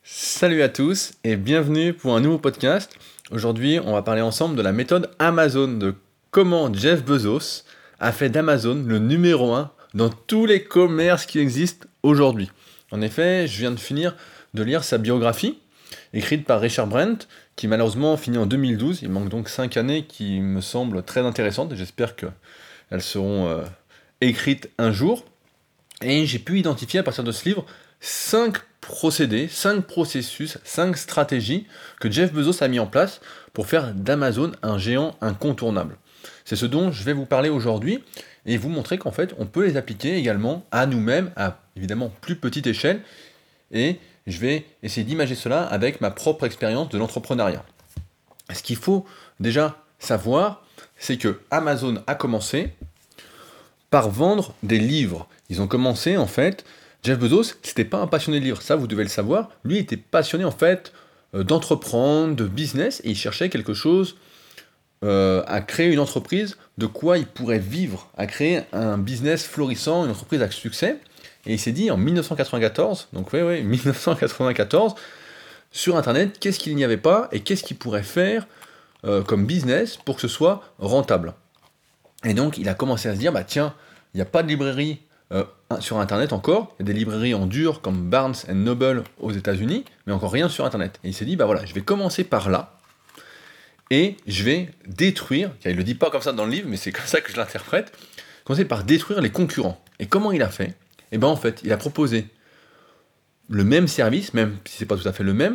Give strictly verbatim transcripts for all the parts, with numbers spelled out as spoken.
Salut à tous et bienvenue pour un nouveau podcast. Aujourd'hui, on va parler ensemble de la méthode Amazon, de comment Jeff Bezos a fait d'Amazon le numéro un dans tous les commerces qui existent aujourd'hui. En effet, je viens de finir de lire sa biographie, écrite par Richard Brandt, qui malheureusement finit en deux mille douze. Il manque donc cinq années qui me semblent très intéressantes et j'espère qu'elles seront euh, écrites un jour. Et j'ai pu identifier à partir de ce livre cinq procédés, cinq processus, cinq stratégies que Jeff Bezos a mis en place pour faire d'Amazon un géant incontournable. C'est ce dont je vais vous parler aujourd'hui et vous montrer qu'en fait on peut les appliquer également à nous-mêmes, à évidemment plus petite échelle, et je vais essayer d'imager cela avec ma propre expérience de l'entrepreneuriat. Ce qu'il faut déjà savoir, c'est que Amazon a commencé par vendre des livres. Ils ont commencé en fait, Jeff Bezos, c'était pas un passionné de livres, ça vous devez le savoir. Lui était passionné en fait euh, d'entreprendre, de business, et il cherchait quelque chose euh, à créer une entreprise de quoi il pourrait vivre, à créer un business florissant, une entreprise à succès. Et il s'est dit en dix-neuf cent quatre-vingt-quatorze, donc oui, oui, dix-neuf cent quatre-vingt-quatorze, sur Internet, qu'est-ce qu'il n'y avait pas et qu'est-ce qu'il pourrait faire euh, comme business pour que ce soit rentable. Et donc il a commencé à se dire, bah tiens, il n'y a pas de librairie euh, sur Internet encore, il y a des librairies en dur comme Barnes and Noble aux États-Unis, mais encore rien sur Internet. Et il s'est dit, bah voilà, je vais commencer par là, et je vais détruire, il ne le dit pas comme ça dans le livre, mais c'est comme ça que je l'interprète, commencer par détruire les concurrents. Et comment il a fait ? Et bien en fait, il a proposé le même service, même si c'est pas tout à fait le même,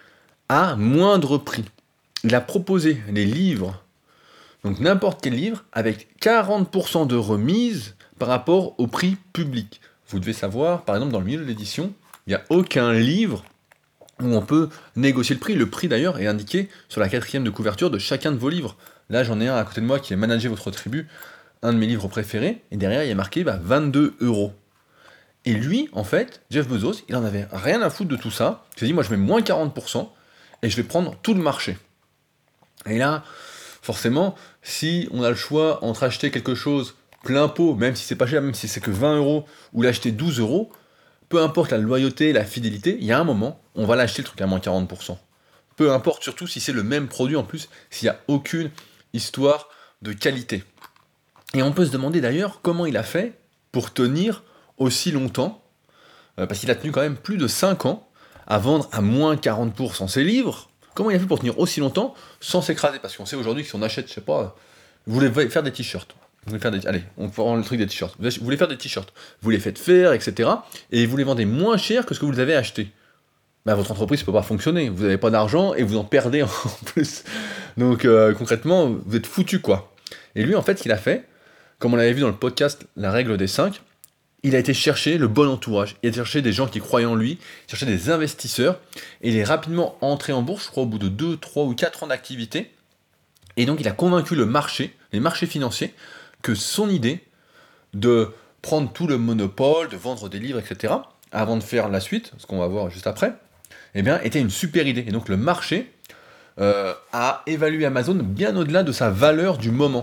à moindre prix. Il a proposé les livres, donc n'importe quel livre, avec quarante pour cent de remise par rapport au prix public. Vous devez savoir, par exemple, dans le milieu de l'édition, il n'y a aucun livre où on peut négocier le prix. Le prix, d'ailleurs, est indiqué sur la quatrième de couverture de chacun de vos livres. Là, j'en ai un à côté de moi qui est Manager votre tribu, un de mes livres préférés, et derrière, il y a marqué bah, vingt-deux euros. Et lui, en fait, Jeff Bezos, il en avait rien à foutre de tout ça. Il s'est dit, moi, je mets moins quarante pour cent, et je vais prendre tout le marché. Et là, forcément, si on a le choix entre acheter quelque chose plein pot, même si c'est pas cher, même si c'est que vingt euros, ou l'acheter douze euros, peu importe la loyauté, la fidélité, il y a un moment, on va l'acheter le truc à moins quarante pour cent. Peu importe, surtout si c'est le même produit en plus, s'il n'y a aucune histoire de qualité. Et on peut se demander d'ailleurs comment il a fait pour tenir aussi longtemps, euh, parce qu'il a tenu quand même plus de cinq ans à vendre à moins quarante pour cent ses livres. Comment il a fait pour tenir aussi longtemps sans s'écraser ? Parce qu'on sait aujourd'hui que si on achète, je sais pas, vous voulez faire des t-shirts. Vous voulez faire des... Allez, on prend le truc des t-shirts. Vous voulez faire des t-shirts. Vous les faites faire, et cetera. Et vous les vendez moins cher que ce que vous avez acheté. Bah, votre entreprise ne peut pas fonctionner. Vous n'avez pas d'argent et vous en perdez en plus. Donc euh, concrètement, vous êtes foutu quoi. Et lui, en fait, ce qu'il a fait, comme on l'avait vu dans le podcast La règle des cinq, il a été chercher le bon entourage, il a été chercher des gens qui croyaient en lui, il a cherché des investisseurs, et il est rapidement entré en bourse, je crois au bout de deux, trois ou quatre ans d'activité, et donc il a convaincu le marché, les marchés financiers, que son idée de prendre tout le monopole, de vendre des livres, et cetera, avant de faire la suite, ce qu'on va voir juste après, eh bien, était une super idée. Et donc le marché euh, a évalué Amazon bien au-delà de sa valeur du moment.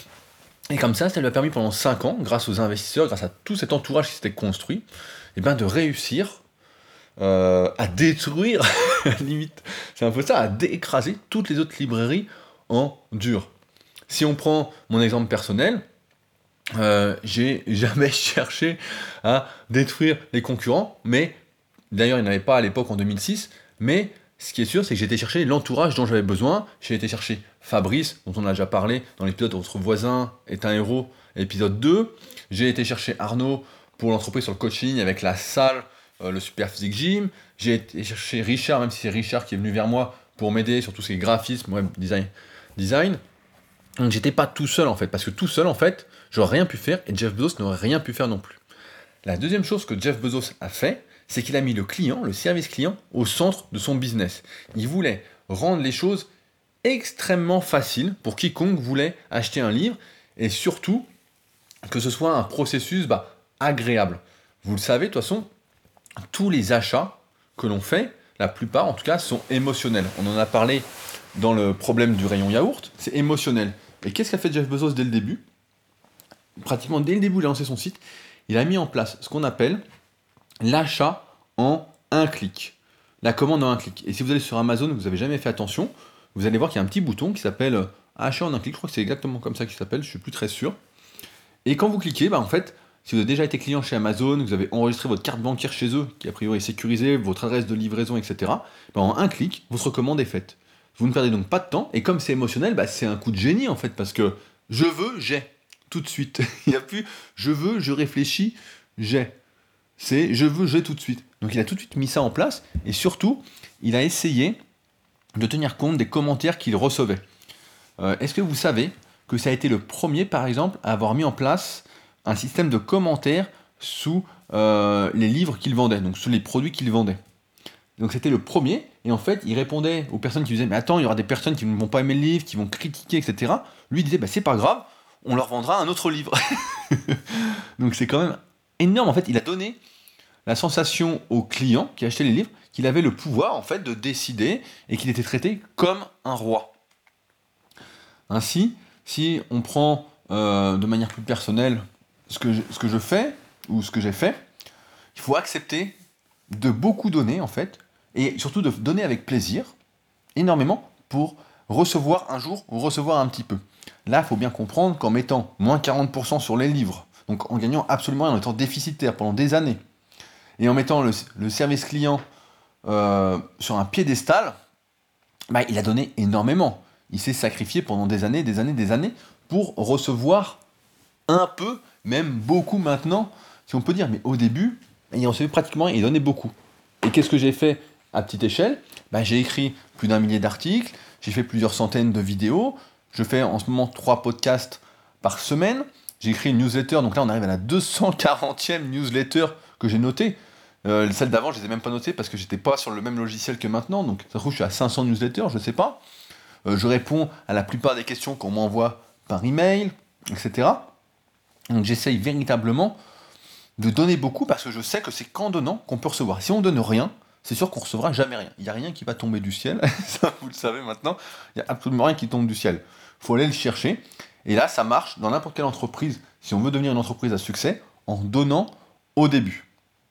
Et comme ça, ça lui a permis pendant cinq ans, grâce aux investisseurs, grâce à tout cet entourage qui s'était construit, eh ben de réussir euh, à détruire, limite, c'est un peu ça, à d'écraser toutes les autres librairies en dur. Si on prend mon exemple personnel, euh, j'ai jamais cherché à détruire les concurrents, mais d'ailleurs il n'y en avait pas à l'époque en deux mille six, mais ce qui est sûr, c'est que j'ai été chercher l'entourage dont j'avais besoin. J'ai été chercher Fabrice, dont on a déjà parlé dans l'épisode Votre voisin est un héros, épisode deux. J'ai été chercher Arnaud pour l'entreprise sur le coaching avec la salle, euh, le Super Physique Gym. J'ai été chercher Richard, même si c'est Richard qui est venu vers moi pour m'aider sur tout ce qui est graphisme, web design. design. Donc j'étais pas tout seul en fait, parce que tout seul en fait, j'aurais rien pu faire et Jeff Bezos n'aurait rien pu faire non plus. La deuxième chose que Jeff Bezos a fait, c'est qu'il a mis le client, le service client, au centre de son business. Il voulait rendre les choses extrêmement faciles pour quiconque voulait acheter un livre, et surtout que ce soit un processus bah, agréable. Vous le savez, de toute façon, tous les achats que l'on fait, la plupart en tout cas, sont émotionnels. On en a parlé dans le problème du rayon yaourt, c'est émotionnel. Et qu'est-ce qu'a fait Jeff Bezos dès le début ? Pratiquement dès le début, il a lancé son site, il a mis en place ce qu'on appelle l'achat en un clic. la commande en un clic. Et si vous allez sur Amazon et que vous n'avez jamais fait attention, vous allez voir qu'il y a un petit bouton qui s'appelle euh, achat en un clic. Je crois que c'est exactement comme ça qu'il s'appelle, je suis plus très sûr. Et quand vous cliquez, bah en fait, si vous avez déjà été client chez Amazon, vous avez enregistré votre carte bancaire chez eux, qui a priori est sécurisée, votre adresse de livraison, et cetera, bah en un clic, votre commande est faite. Vous ne perdez donc pas de temps, et comme c'est émotionnel, bah c'est un coup de génie en fait, parce que je veux, j'ai, tout de suite. Il n'y a plus je veux, je réfléchis, j'ai. C'est je veux, j'ai tout de suite. Donc il a tout de suite mis ça en place, et surtout, il a essayé de tenir compte des commentaires qu'il recevait. Euh, Est-ce que vous savez que ça a été le premier, par exemple, à avoir mis en place un système de commentaires sous euh, les livres qu'il vendait, donc sous les produits qu'il vendait. Donc c'était le premier, et en fait, il répondait aux personnes qui disaient « Mais attends, il y aura des personnes qui ne vont pas aimer le livre, qui vont critiquer, et cetera » Lui, il disait bah, « C'est pas grave, on leur vendra un autre livre. » Donc c'est quand même énorme. En fait, il a donné la sensation aux clients qui achetaient les livres qu'il avait le pouvoir, en fait, de décider et qu'il était traité comme un roi. Ainsi, si on prend euh, de manière plus personnelle ce que, je, ce que je fais, ou ce que j'ai fait, il faut accepter de beaucoup donner, en fait, et surtout de donner avec plaisir, énormément, pour recevoir un jour ou recevoir un petit peu. Là, il faut bien comprendre qu'en mettant moins quarante pour cent sur les livres, donc en gagnant absolument rien, en étant déficitaire pendant des années, et en mettant le, le service client euh, sur un piédestal, bah, il a donné énormément. Il s'est sacrifié pendant des années, des années, des années, pour recevoir un peu, même beaucoup maintenant, si on peut dire. Mais au début, il recevait pratiquement rien, il donnait beaucoup. Et qu'est-ce que j'ai fait à petite échelle ? Bah, j'ai écrit plus d'un millier d'articles, j'ai fait plusieurs centaines de vidéos, je fais en ce moment trois podcasts par semaine, j'ai écrit une newsletter, donc là on arrive à la deux cent quarantième newsletter que j'ai notée. Euh, celle d'avant, je les ai même pas notées parce que j'étais pas sur le même logiciel que maintenant, donc ça se trouve je suis à cinq cents newsletters, je sais pas. Euh, je réponds à la plupart des questions qu'on m'envoie par email, et cetera. Donc j'essaye véritablement de donner beaucoup parce que je sais que c'est qu'en donnant qu'on peut recevoir. Si on donne rien, c'est sûr qu'on recevra jamais rien. Il n'y a rien qui va tomber du ciel, ça vous le savez maintenant, il n'y a absolument rien qui tombe du ciel. Il faut aller le chercher, et là ça marche dans n'importe quelle entreprise, si on veut devenir une entreprise à succès, en donnant au début.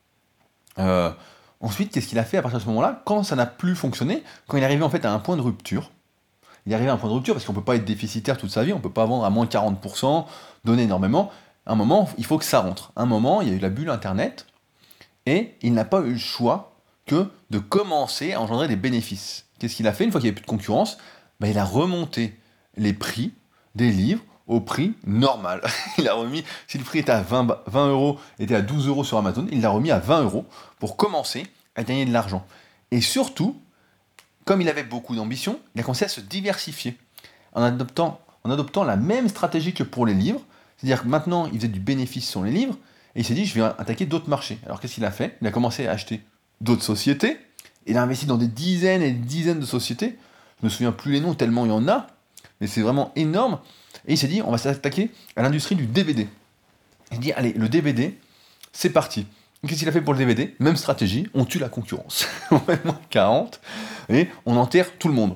Euh, ensuite, qu'est-ce qu'il a fait à partir de ce moment-là ? Quand ça n'a plus fonctionné, quand il est arrivé en fait à un point de rupture, il est arrivé à un point de rupture parce qu'on ne peut pas être déficitaire toute sa vie, on ne peut pas vendre à moins quarante pour cent, donner énormément. À un moment, il faut que ça rentre. À un moment, il y a eu la bulle Internet, et il n'a pas eu le choix que de commencer à engendrer des bénéfices. Qu'est-ce qu'il a fait ? Une fois qu'il n'y avait plus de concurrence, bah, il a remonté les prix des livres au prix normal. Il a remis, si le prix était à vingt, vingt euros, était à douze euros sur Amazon, il l'a remis à vingt euros pour commencer à gagner de l'argent. Et surtout, comme il avait beaucoup d'ambition, il a commencé à se diversifier en adoptant, en adoptant la même stratégie que pour les livres. C'est-à-dire que maintenant, il faisait du bénéfice sur les livres, et il s'est dit, je vais attaquer d'autres marchés. Alors qu'est-ce qu'il a fait ? Il a commencé à acheter d'autres sociétés, il a investi dans des dizaines et des dizaines de sociétés. Je me souviens plus les noms, tellement il y en a, mais c'est vraiment énorme. Et il s'est dit, on va s'attaquer à l'industrie du D V D. Il s'est dit, allez, le D V D, c'est parti. Qu'est-ce qu'il a fait pour le D V D ? Même stratégie, on tue la concurrence. On met moins quarante, et on enterre tout le monde.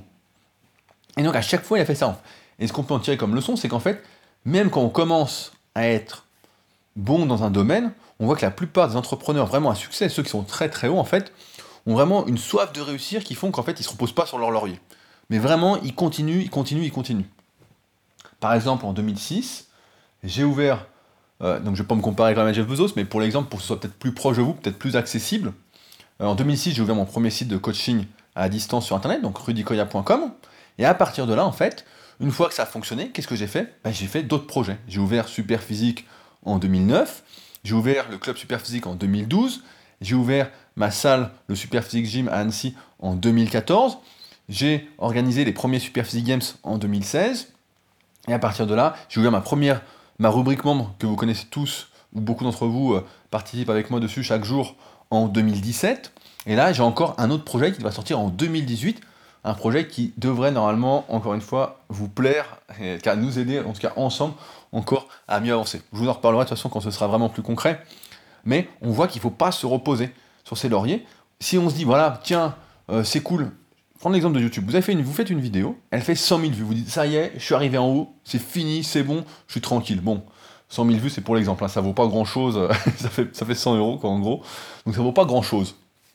Et donc à chaque fois, il a fait ça. Et ce qu'on peut en tirer comme leçon, c'est qu'en fait, même quand on commence à être bon dans un domaine, on voit que la plupart des entrepreneurs vraiment à succès, ceux qui sont très très hauts en fait, ont vraiment une soif de réussir qui font qu'en fait, ils ne se reposent pas sur leur laurier. Mais vraiment, ils continuent, ils continuent, ils continuent. Par exemple, en deux mille six, j'ai ouvert, euh, donc je ne vais pas me comparer avec Jeff Bezos, mais pour l'exemple, pour que ce soit peut-être plus proche de vous, peut-être plus accessible, euh, en deux mille six, j'ai ouvert mon premier site de coaching à distance sur Internet, donc rudykoya point com, et à partir de là, en fait, une fois que ça a fonctionné, qu'est-ce que j'ai fait ? Ben, j'ai fait d'autres projets. J'ai ouvert Superphysique en deux mille neuf, j'ai ouvert le club Superphysique en deux mille douze, j'ai ouvert ma salle, le Superphysique Gym à Annecy en deux mille quatorze, j'ai organisé les premiers Superphysique Games en deux mille seize, et à partir de là, j'ai ouvert ma première, ma rubrique membre que vous connaissez tous, ou beaucoup d'entre vous euh, participent avec moi dessus chaque jour en deux mille dix-sept, et là j'ai encore un autre projet qui va sortir en deux mille dix-huit, un projet qui devrait normalement, encore une fois, vous plaire, et nous aider, en tout cas ensemble, encore à mieux avancer. Je vous en reparlerai de toute façon quand ce sera vraiment plus concret, mais on voit qu'il ne faut pas se reposer sur ses lauriers. Si on se dit, voilà, tiens, euh, c'est cool, prenez l'exemple de YouTube, vous, avez fait une, vous faites une vidéo, elle fait cent mille vues, vous dites, ça y est, je suis arrivé en haut, c'est fini, c'est bon, je suis tranquille. Bon, cent mille vues, c'est pour l'exemple, hein, ça vaut pas grand-chose, ça, fait, ça fait cent euros, quoi, en gros, donc ça vaut pas grand-chose.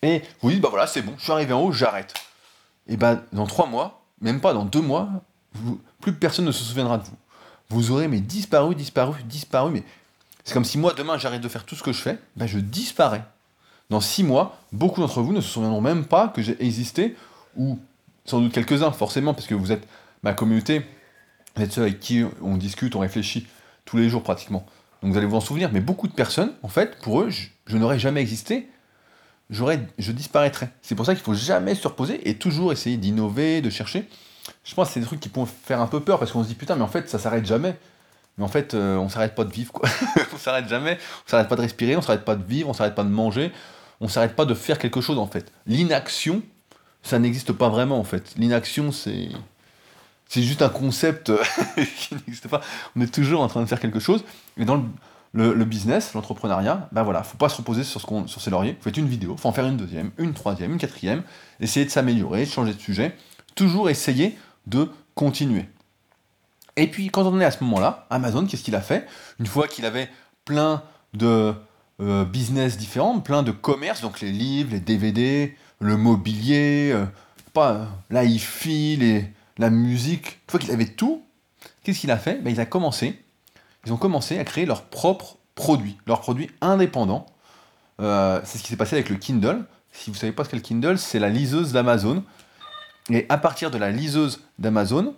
Et vous dites, bah voilà, c'est bon, je suis arrivé en haut, j'arrête. Et bah dans trois mois, même pas dans deux mois, vous, plus personne ne se souviendra de vous. Vous aurez mais disparu, disparu, disparu, mais c'est comme si moi demain j'arrête de faire tout ce que je fais, bah je disparais. Dans six mois, beaucoup d'entre vous ne se souviendront même pas que j'ai existé, ou sans doute quelques-uns, forcément, parce que vous êtes ma communauté, vous êtes ceux avec qui on discute, on réfléchit tous les jours pratiquement. Donc vous allez vous en souvenir, mais beaucoup de personnes, en fait, pour eux, je, je n'aurais jamais existé, j'aurais, je disparaîtrais. C'est pour ça qu'il faut jamais se reposer et toujours essayer d'innover, de chercher. Je pense que c'est des trucs qui pourront faire un peu peur, parce qu'on se dit, putain, mais en fait, ça s'arrête jamais. Mais en fait, euh, on s'arrête pas de vivre, quoi. On s'arrête jamais, on s'arrête pas de respirer, on s'arrête pas de vivre, on s'arrête pas de manger, on s'arrête pas de faire quelque chose, en fait. L'inaction, ça n'existe pas vraiment, en fait. L'inaction, c'est... C'est juste un concept qui n'existe pas. On est toujours en train de faire quelque chose. Et dans le, le, le business, l'entrepreneuriat, ben voilà, faut pas se reposer sur, ce qu'on, sur ses lauriers. Vous faites une vidéo, faut en faire une deuxième, une troisième, une quatrième. Essayer de s'améliorer, de changer de sujet. Toujours essayer de continuer. Et puis, quand on est à ce moment-là, Amazon, qu'est-ce qu'il a fait? Une fois qu'il avait plein de euh, business différents, plein de commerces, donc les livres, les D V D, le mobilier, euh, pas euh, la hi-fi, les, la musique, une fois qu'il avait tout, qu'est-ce qu'il a fait? Ben, il a commencé, ils ont commencé à créer leurs propres produits, leurs produits indépendants. Euh, c'est ce qui s'est passé avec le Kindle. Si vous ne savez pas ce qu'est le Kindle, c'est la liseuse d'Amazon. Et à partir de la liseuse d'Amazon,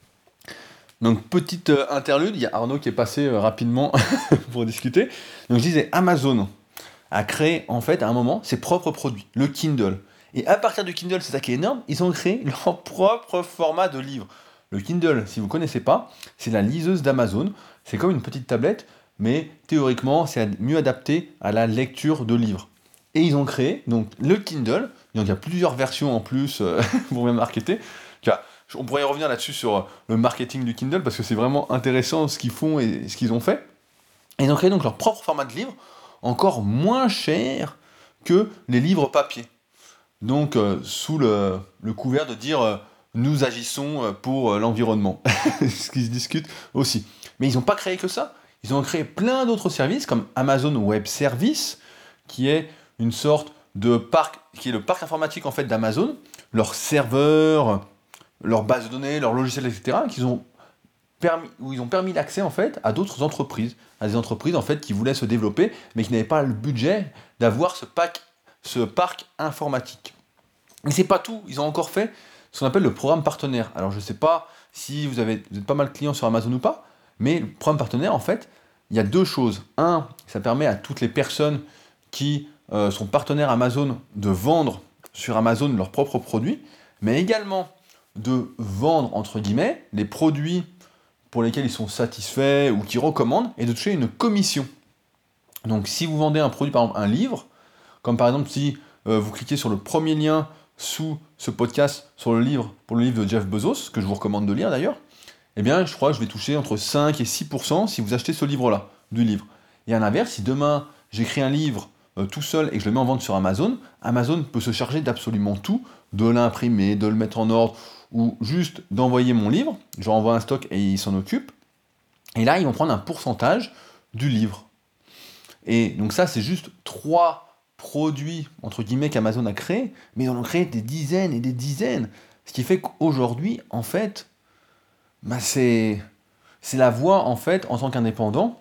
donc, petite euh, interlude, il y a Arnaud qui est passé euh, rapidement pour discuter. Donc, je disais, Amazon a créé, en fait, à un moment, ses propres produits, le Kindle. Et à partir du Kindle, c'est ça qui est énorme, ils ont créé leur propre format de livre. Le Kindle, si vous ne connaissez pas, c'est la liseuse d'Amazon. C'est comme une petite tablette, mais théoriquement, c'est mieux adapté à la lecture de livres. Et ils ont créé, donc, le Kindle. Donc, il y a plusieurs versions en plus euh, pour bien marketer. On pourrait y revenir là-dessus sur le marketing du Kindle, parce que c'est vraiment intéressant ce qu'ils font et ce qu'ils ont fait. Et ils ont créé donc leur propre format de livre, encore moins cher que les livres papier. Donc, euh, sous le, le couvert de dire euh, nous agissons pour euh, l'environnement, ce qui se discute aussi. Mais ils n'ont pas créé que ça. Ils ont créé plein d'autres services, comme Amazon Web Service, qui est une sorte de parc, qui est le parc informatique en fait d'Amazon, leurs serveurs, leurs bases de données, leurs logiciels, et cetera, qu'ils ont permis, où ils ont permis l'accès en fait à d'autres entreprises, à des entreprises en fait qui voulaient se développer, mais qui n'avaient pas le budget d'avoir ce, pack, ce parc informatique. Mais c'est pas tout, ils ont encore fait ce qu'on appelle le programme partenaire. Alors je sais pas si vous, avez, vous êtes pas mal de clients sur Amazon ou pas, mais le programme partenaire en fait, il y a deux choses. Un, ça permet à toutes les personnes qui euh, sont partenaires Amazon de vendre sur Amazon leurs propres produits, mais également de vendre, entre guillemets, les produits pour lesquels ils sont satisfaits ou qu'ils recommandent, et de toucher une commission. Donc si vous vendez un produit, par exemple un livre, comme par exemple si euh, vous cliquez sur le premier lien sous ce podcast, sur le livre, pour le livre de Jeff Bezos, que je vous recommande de lire d'ailleurs, eh bien je crois que je vais toucher entre cinq et six pour cent si vous achetez ce livre-là, du livre. Et à l'inverse, si demain j'écris un livre euh, tout seul et que je le mets en vente sur Amazon, Amazon peut se charger d'absolument tout, de l'imprimer, de le mettre en ordre, ou juste d'envoyer mon livre, je leur envoie un stock et ils s'en occupent, et là ils vont prendre un pourcentage du livre. Et donc ça c'est juste trois produits, entre guillemets, qu'Amazon a créés, mais ils en ont créé des dizaines et des dizaines, ce qui fait qu'aujourd'hui, en fait, bah c'est, c'est la voie, en fait, en tant qu'indépendant,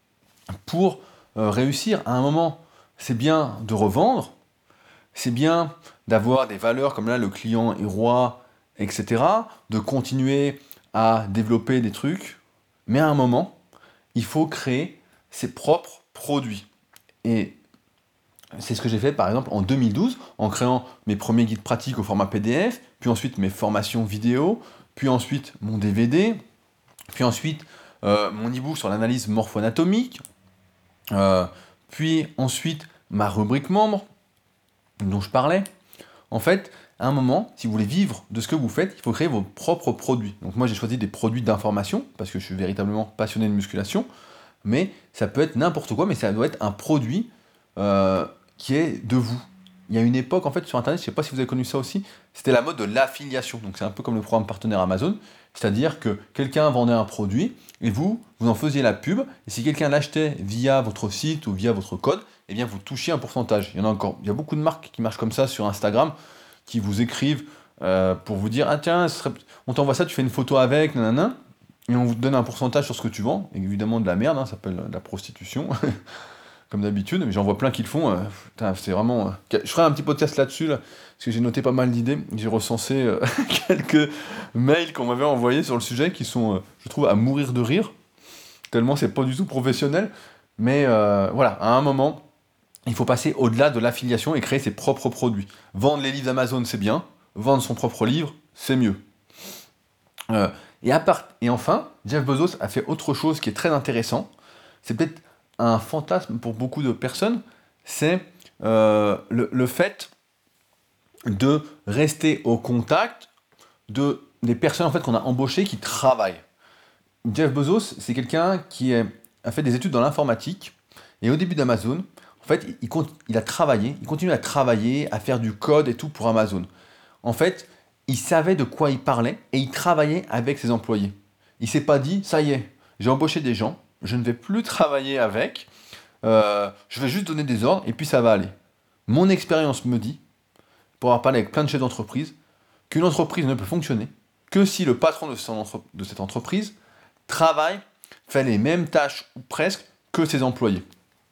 pour euh, réussir. À un moment, c'est bien de revendre, c'est bien d'avoir des valeurs comme là, le client est roi, et cetera, de continuer à développer des trucs, mais à un moment, il faut créer ses propres produits. Et c'est ce que j'ai fait par exemple en deux mille douze, en créant mes premiers guides pratiques au format P D F, puis ensuite mes formations vidéo, puis ensuite mon D V D, puis ensuite euh, mon e-book sur l'analyse morpho-anatomique, euh, puis ensuite ma rubrique membre, dont je parlais. En fait, à un moment, si vous voulez vivre de ce que vous faites, il faut créer vos propres produits. Donc moi j'ai choisi des produits d'information, parce que je suis véritablement passionné de musculation, mais ça peut être n'importe quoi, mais ça doit être un produit euh, qui est de vous. Il y a une époque en fait sur internet, je ne sais pas si vous avez connu ça aussi, c'était la mode de l'affiliation. Donc c'est un peu comme le programme partenaire Amazon, c'est-à-dire que quelqu'un vendait un produit, et vous, vous en faisiez la pub, et si quelqu'un l'achetait via votre site ou via votre code, eh bien vous touchez un pourcentage. Il y en a encore, il y a beaucoup de marques qui marchent comme ça sur Instagram, qui vous écrivent euh, pour vous dire ah tiens, ce serait... on t'envoie ça, tu fais une photo avec, nanana, et on vous donne un pourcentage sur ce que tu vends, évidemment de la merde, hein, ça s'appelle de la prostitution, comme d'habitude, mais j'en vois plein qui le font, euh, putain, c'est vraiment... euh, Je ferai un petit podcast là-dessus, là, parce que j'ai noté pas mal d'idées, j'ai recensé euh, quelques mails qu'on m'avait envoyés sur le sujet, qui sont, euh, je trouve, à mourir de rire, tellement c'est pas du tout professionnel, mais euh, voilà, à un moment, il faut passer au-delà de l'affiliation et créer ses propres produits. Vendre les livres d'Amazon, c'est bien, vendre son propre livre, c'est mieux. Euh, et, à part... et enfin, Jeff Bezos a fait autre chose qui est très intéressant, c'est peut-être un fantasme pour beaucoup de personnes, c'est euh, le, le fait de rester au contact de, des personnes en fait, qu'on a embauchées qui travaillent. Jeff Bezos, c'est quelqu'un qui est, a fait des études dans l'informatique, et au début d'Amazon, en fait, il, compte, il a travaillé, il continue à travailler, à faire du code et tout pour Amazon. En fait, il savait de quoi il parlait, et il travaillait avec ses employés. Il s'est pas dit, ça y est, j'ai embauché des gens, je ne vais plus travailler avec, euh, je vais juste donner des ordres et puis ça va aller. Mon expérience me dit, pour avoir parlé avec plein de chefs d'entreprise, qu'une entreprise ne peut fonctionner que si le patron de, son entre- de cette entreprise travaille, fait les mêmes tâches ou presque que ses employés.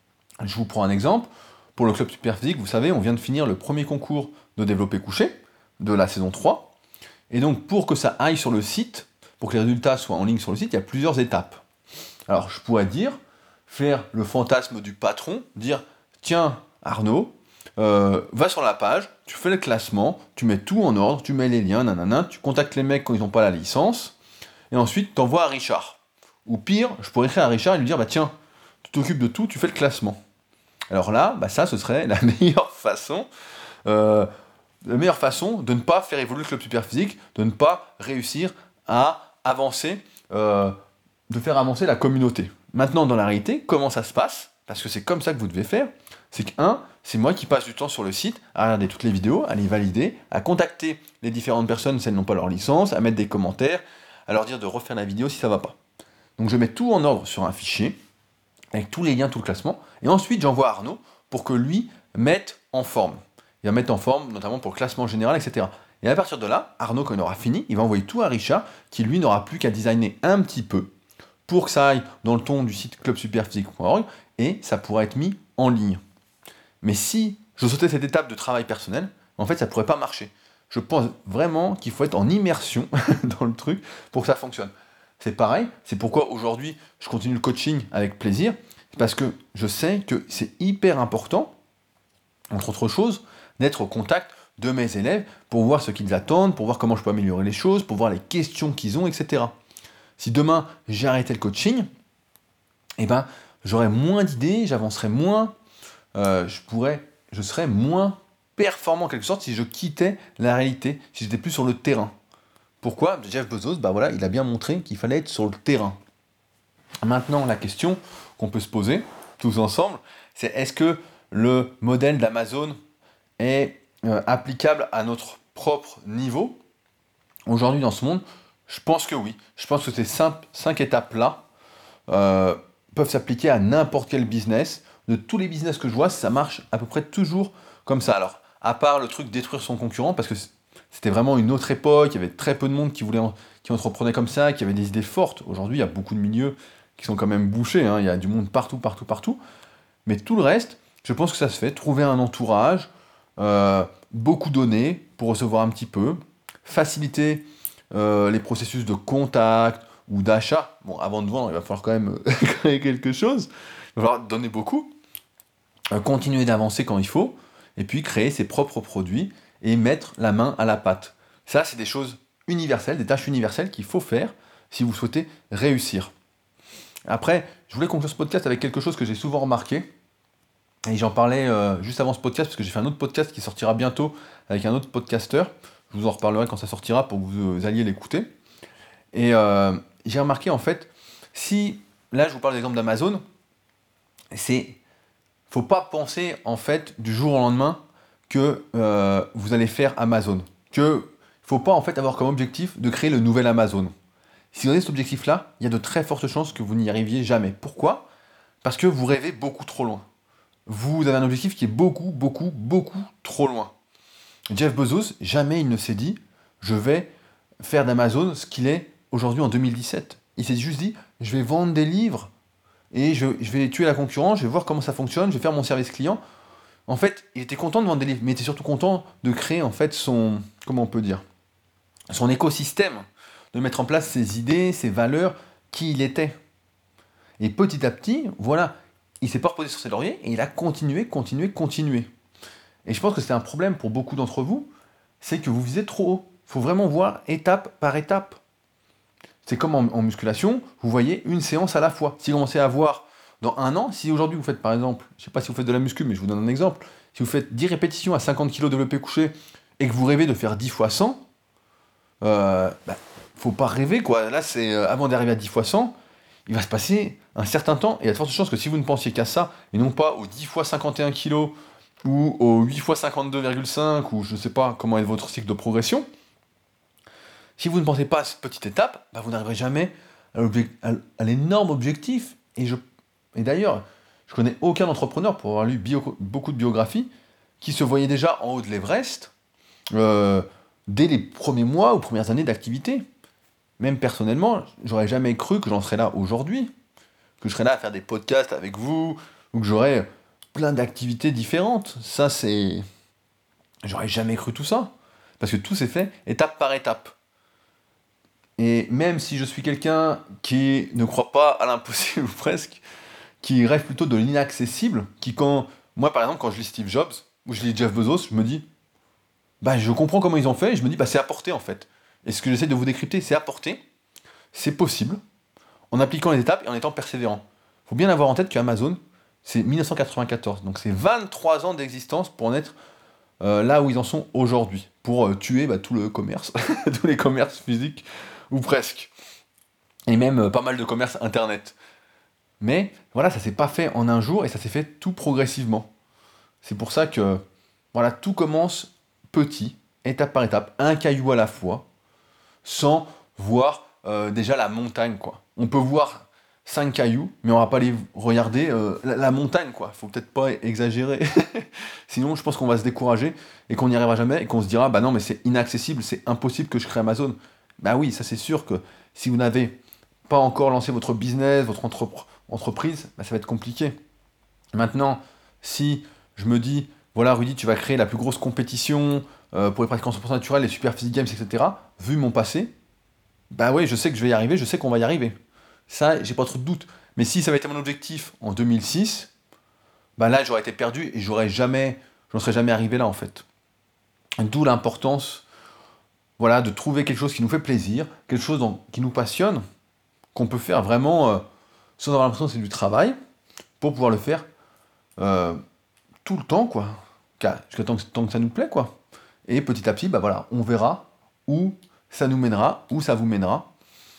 Je vous prends un exemple. Pour le club Superphysique, vous savez, on vient de finir le premier concours de développé couché de la saison trois. Et donc pour que ça aille sur le site, pour que les résultats soient en ligne sur le site, il y a plusieurs étapes. Alors, je pourrais dire, faire le fantasme du patron, dire, tiens, Arnaud, euh, va sur la page, tu fais le classement, tu mets tout en ordre, tu mets les liens, nanana, tu contactes les mecs quand ils n'ont pas la licence, et ensuite, t'envoies à Richard. Ou pire, je pourrais écrire à Richard et lui dire, bah tiens, tu t'occupes de tout, tu fais le classement. Alors là, bah ça, ce serait la meilleure façon, euh, la meilleure façon de ne pas faire évoluer le club Superphysique, de ne pas réussir à avancer, euh, de faire avancer la communauté. Maintenant, dans la réalité, comment ça se passe? Parce que c'est comme ça que vous devez faire. C'est que, un, c'est moi qui passe du temps sur le site, à regarder toutes les vidéos, à les valider, à contacter les différentes personnes si elles n'ont pas leur licence, à mettre des commentaires, à leur dire de refaire la vidéo si ça va pas. Donc je mets tout en ordre sur un fichier, avec tous les liens, tout le classement, et ensuite j'envoie à Arnaud pour que lui mette en forme. Il va mettre en forme, notamment pour le classement général, et cetera. Et à partir de là, Arnaud, quand il aura fini, il va envoyer tout à Richard, qui lui n'aura plus qu'à designer un petit peu, pour que ça aille dans le ton du site club superphysique point org, et ça pourra être mis en ligne. Mais si je sautais cette étape de travail personnel, en fait, ça ne pourrait pas marcher. Je pense vraiment qu'il faut être en immersion dans le truc pour que ça fonctionne. C'est pareil, c'est pourquoi aujourd'hui, je continue le coaching avec plaisir, parce que je sais que c'est hyper important, entre autres choses, d'être au contact de mes élèves pour voir ce qu'ils attendent, pour voir comment je peux améliorer les choses, pour voir les questions qu'ils ont, et cetera. Si demain, j'ai arrêté le coaching, eh ben, j'aurais moins d'idées, j'avancerais moins, euh, je pourrais, je serais moins performant en quelque sorte si je quittais la réalité, si j'étais plus sur le terrain. Pourquoi? Jeff Bezos, bah voilà, il a bien montré qu'il fallait être sur le terrain. Maintenant, la question qu'on peut se poser, tous ensemble, c'est est-ce que le modèle d'Amazon est euh, applicable à notre propre niveau? Aujourd'hui, dans ce monde, je pense que oui. Je pense que ces cinq, cinq étapes-là euh, peuvent s'appliquer à n'importe quel business. De tous les business que je vois, ça marche à peu près toujours comme ça. Alors, à part le truc détruire son concurrent, parce que c'était vraiment une autre époque, il y avait très peu de monde qui, voulait en, qui entreprenait comme ça, qui avait des idées fortes. Aujourd'hui, il y a beaucoup de milieux qui sont quand même bouchés, hein. Il y a du monde partout, partout, partout. Mais tout le reste, je pense que ça se fait. Trouver un entourage, euh, beaucoup donner pour recevoir un petit peu, faciliter euh, les processus de contact ou d'achat. Bon, avant de vendre, il va falloir quand même créer quelque chose. Il va falloir donner beaucoup, euh, continuer d'avancer quand il faut, et puis créer ses propres produits et mettre la main à la pâte. Ça, c'est des choses universelles, des tâches universelles qu'il faut faire si vous souhaitez réussir. Après, je voulais conclure ce podcast avec quelque chose que j'ai souvent remarqué, et j'en parlais euh, juste avant ce podcast, parce que j'ai fait un autre podcast qui sortira bientôt avec un autre podcasteur. Je vous en reparlerai quand ça sortira pour que vous, vous alliez l'écouter. Et euh, j'ai remarqué en fait, si, là je vous parle d'exemple d'Amazon, c'est, faut pas penser en fait du jour au lendemain que euh, vous allez faire Amazon. Que faut pas en fait avoir comme objectif de créer le nouvel Amazon. Si vous avez cet objectif-là, il y a de très fortes chances que vous n'y arriviez jamais. Pourquoi? Parce que vous rêvez beaucoup trop loin. vous avez un objectif qui est beaucoup, beaucoup, beaucoup trop loin. Jeff Bezos, jamais il ne s'est dit « je vais faire d'Amazon ce qu'il est aujourd'hui en deux mille dix-sept ». Il s'est juste dit « je vais vendre des livres et je, je vais tuer la concurrence, je vais voir comment ça fonctionne, je vais faire mon service client ». En fait, il était content de vendre des livres, mais il était surtout content de créer en fait son, comment on peut dire, son écosystème, de mettre en place ses idées, ses valeurs, qui il était. Et petit à petit, voilà, il s'est pas reposé sur ses lauriers et il a continué, continué, continué. Et je pense que c'est un problème pour beaucoup d'entre vous, c'est que vous visez trop haut. Il faut vraiment voir étape par étape. C'est comme en, en musculation, vous voyez une séance à la fois. Si vous commencez à voir dans un an, si aujourd'hui vous faites par exemple, je ne sais pas si vous faites de la muscu, mais je vous donne un exemple, si vous faites dix répétitions à cinquante kilos développé couché et que vous rêvez de faire dix fois cent, euh, bah, faut pas rêver quoi. Là, c'est euh, avant d'arriver à dix fois cent, il va se passer un certain temps et il y a de fortes chances que si vous ne pensiez qu'à ça et non pas aux dix fois cinquante et un kilos ou aux huit fois cinquante-deux virgule cinq ou je ne sais pas comment est votre cycle de progression, si vous ne pensez pas à cette petite étape, bah, vous n'arriverez jamais à, à, à l'énorme objectif. Et, je, et d'ailleurs, je connais aucun entrepreneur, pour avoir lu bio, beaucoup de biographies, qui se voyait déjà en haut de l'Everest euh, dès les premiers mois ou premières années d'activité. Même personnellement, j'aurais jamais cru que j'en serais là aujourd'hui, que je serais là à faire des podcasts avec vous, ou que j'aurais plein d'activités différentes. Ça, c'est... J'aurais jamais cru tout ça. Parce que tout s'est fait étape par étape. Et même si je suis quelqu'un qui ne croit pas à l'impossible, ou presque, qui rêve plutôt de l'inaccessible, qui quand... Moi, par exemple, quand je lis Steve Jobs, ou je lis Jeff Bezos, je me dis... Bah, je comprends comment ils ont fait, et je me dis, bah, c'est à portée, en fait. Et ce que j'essaie de vous décrypter, c'est à portée, c'est possible, en appliquant les étapes et en étant persévérant. Il faut bien avoir en tête qu'Amazon, c'est mille neuf cent quatre-vingt-quatorze, donc c'est vingt-trois ans d'existence pour en être euh, là où ils en sont aujourd'hui, pour euh, tuer bah, tout le commerce, tous les commerces physiques, ou presque. Et même euh, pas mal de commerces internet. Mais voilà, ça s'est pas fait en un jour et ça s'est fait tout progressivement. C'est pour ça que voilà, tout commence petit, étape par étape, un caillou à la fois, sans voir euh, déjà la montagne, quoi. On peut voir cinq cailloux, mais on va pas les regarder euh, la, la montagne, quoi. Faut peut-être pas exagérer. Sinon, je pense qu'on va se décourager et qu'on n'y arrivera jamais et qu'on se dira, bah non, mais c'est inaccessible, c'est impossible que je crée Amazon. Bah oui, ça c'est sûr que si vous n'avez pas encore lancé votre business, votre entrep- entreprise, bah ça va être compliqué. Maintenant, si je me dis, voilà Rudy, tu vas créer la plus grosse compétition euh, pour les pratiquants cent pour cent naturels, les Super Physique Games, et cetera, vu mon passé, bah oui, je sais que je vais y arriver, je sais qu'on va y arriver. Ça, j'ai pas trop de doute. Mais si ça avait été mon objectif en deux mille six, bah là, j'aurais été perdu et j'aurais jamais, j'en serais jamais arrivé là, en fait. D'où l'importance, voilà, de trouver quelque chose qui nous fait plaisir, quelque chose dans- qui nous passionne, qu'on peut faire vraiment euh, sans avoir l'impression que c'est du travail, pour pouvoir le faire euh, tout le temps, quoi. Car- Jusqu'à tant que, tant que ça nous plaît, quoi. Et petit à petit, bah voilà, on verra où ça nous mènera, où ça vous mènera.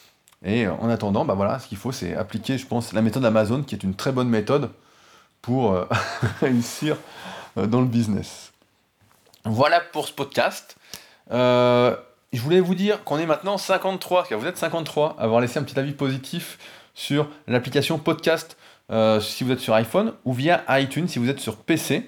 Et euh, en attendant, bah voilà, ce qu'il faut, c'est appliquer, je pense, la méthode Amazon, qui est une très bonne méthode pour euh, réussir euh, dans le business. Voilà pour ce podcast. Euh, je voulais vous dire qu'on est maintenant cinquante-trois, car vous êtes cinquante-trois, à avoir laissé un petit avis positif sur l'application podcast euh, si vous êtes sur iPhone, ou via iTunes si vous êtes sur P C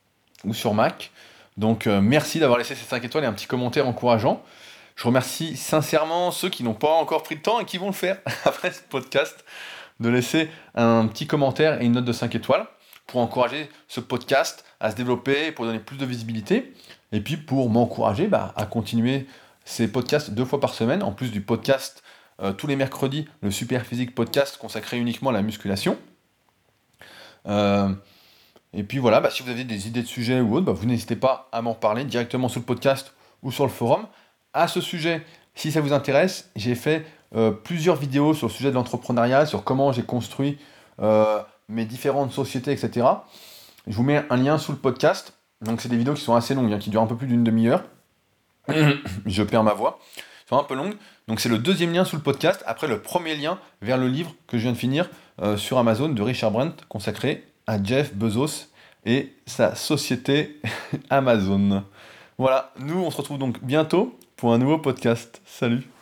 ou sur Mac. Donc euh, merci d'avoir laissé ces cinq étoiles et un petit commentaire encourageant. Je remercie sincèrement ceux qui n'ont pas encore pris le temps et qui vont le faire après ce podcast, de laisser un petit commentaire et une note de cinq étoiles pour encourager ce podcast à se développer, pour donner plus de visibilité, et puis pour m'encourager bah, à continuer ces podcasts deux fois par semaine, en plus du podcast euh, tous les mercredis, le Super Physique Podcast consacré uniquement à la musculation. Euh, et puis voilà, bah, si vous avez des idées de sujets ou autres, bah, vous n'hésitez pas à m'en parler directement sur le podcast ou sur le forum. À ce sujet, si ça vous intéresse, j'ai fait euh, plusieurs vidéos sur le sujet de l'entrepreneuriat, sur comment j'ai construit euh, mes différentes sociétés, et cetera. Je vous mets un lien sous le podcast. Donc c'est des vidéos qui sont assez longues, hein, qui durent un peu plus d'une demi-heure. Je perds ma voix. Elles sont un peu longues. Donc c'est le deuxième lien sous le podcast, après le premier lien vers le livre que je viens de finir euh, sur Amazon de Richard Brandt, consacré à Jeff Bezos et sa société Amazon. Voilà, nous on se retrouve donc bientôt pour un nouveau podcast. Salut!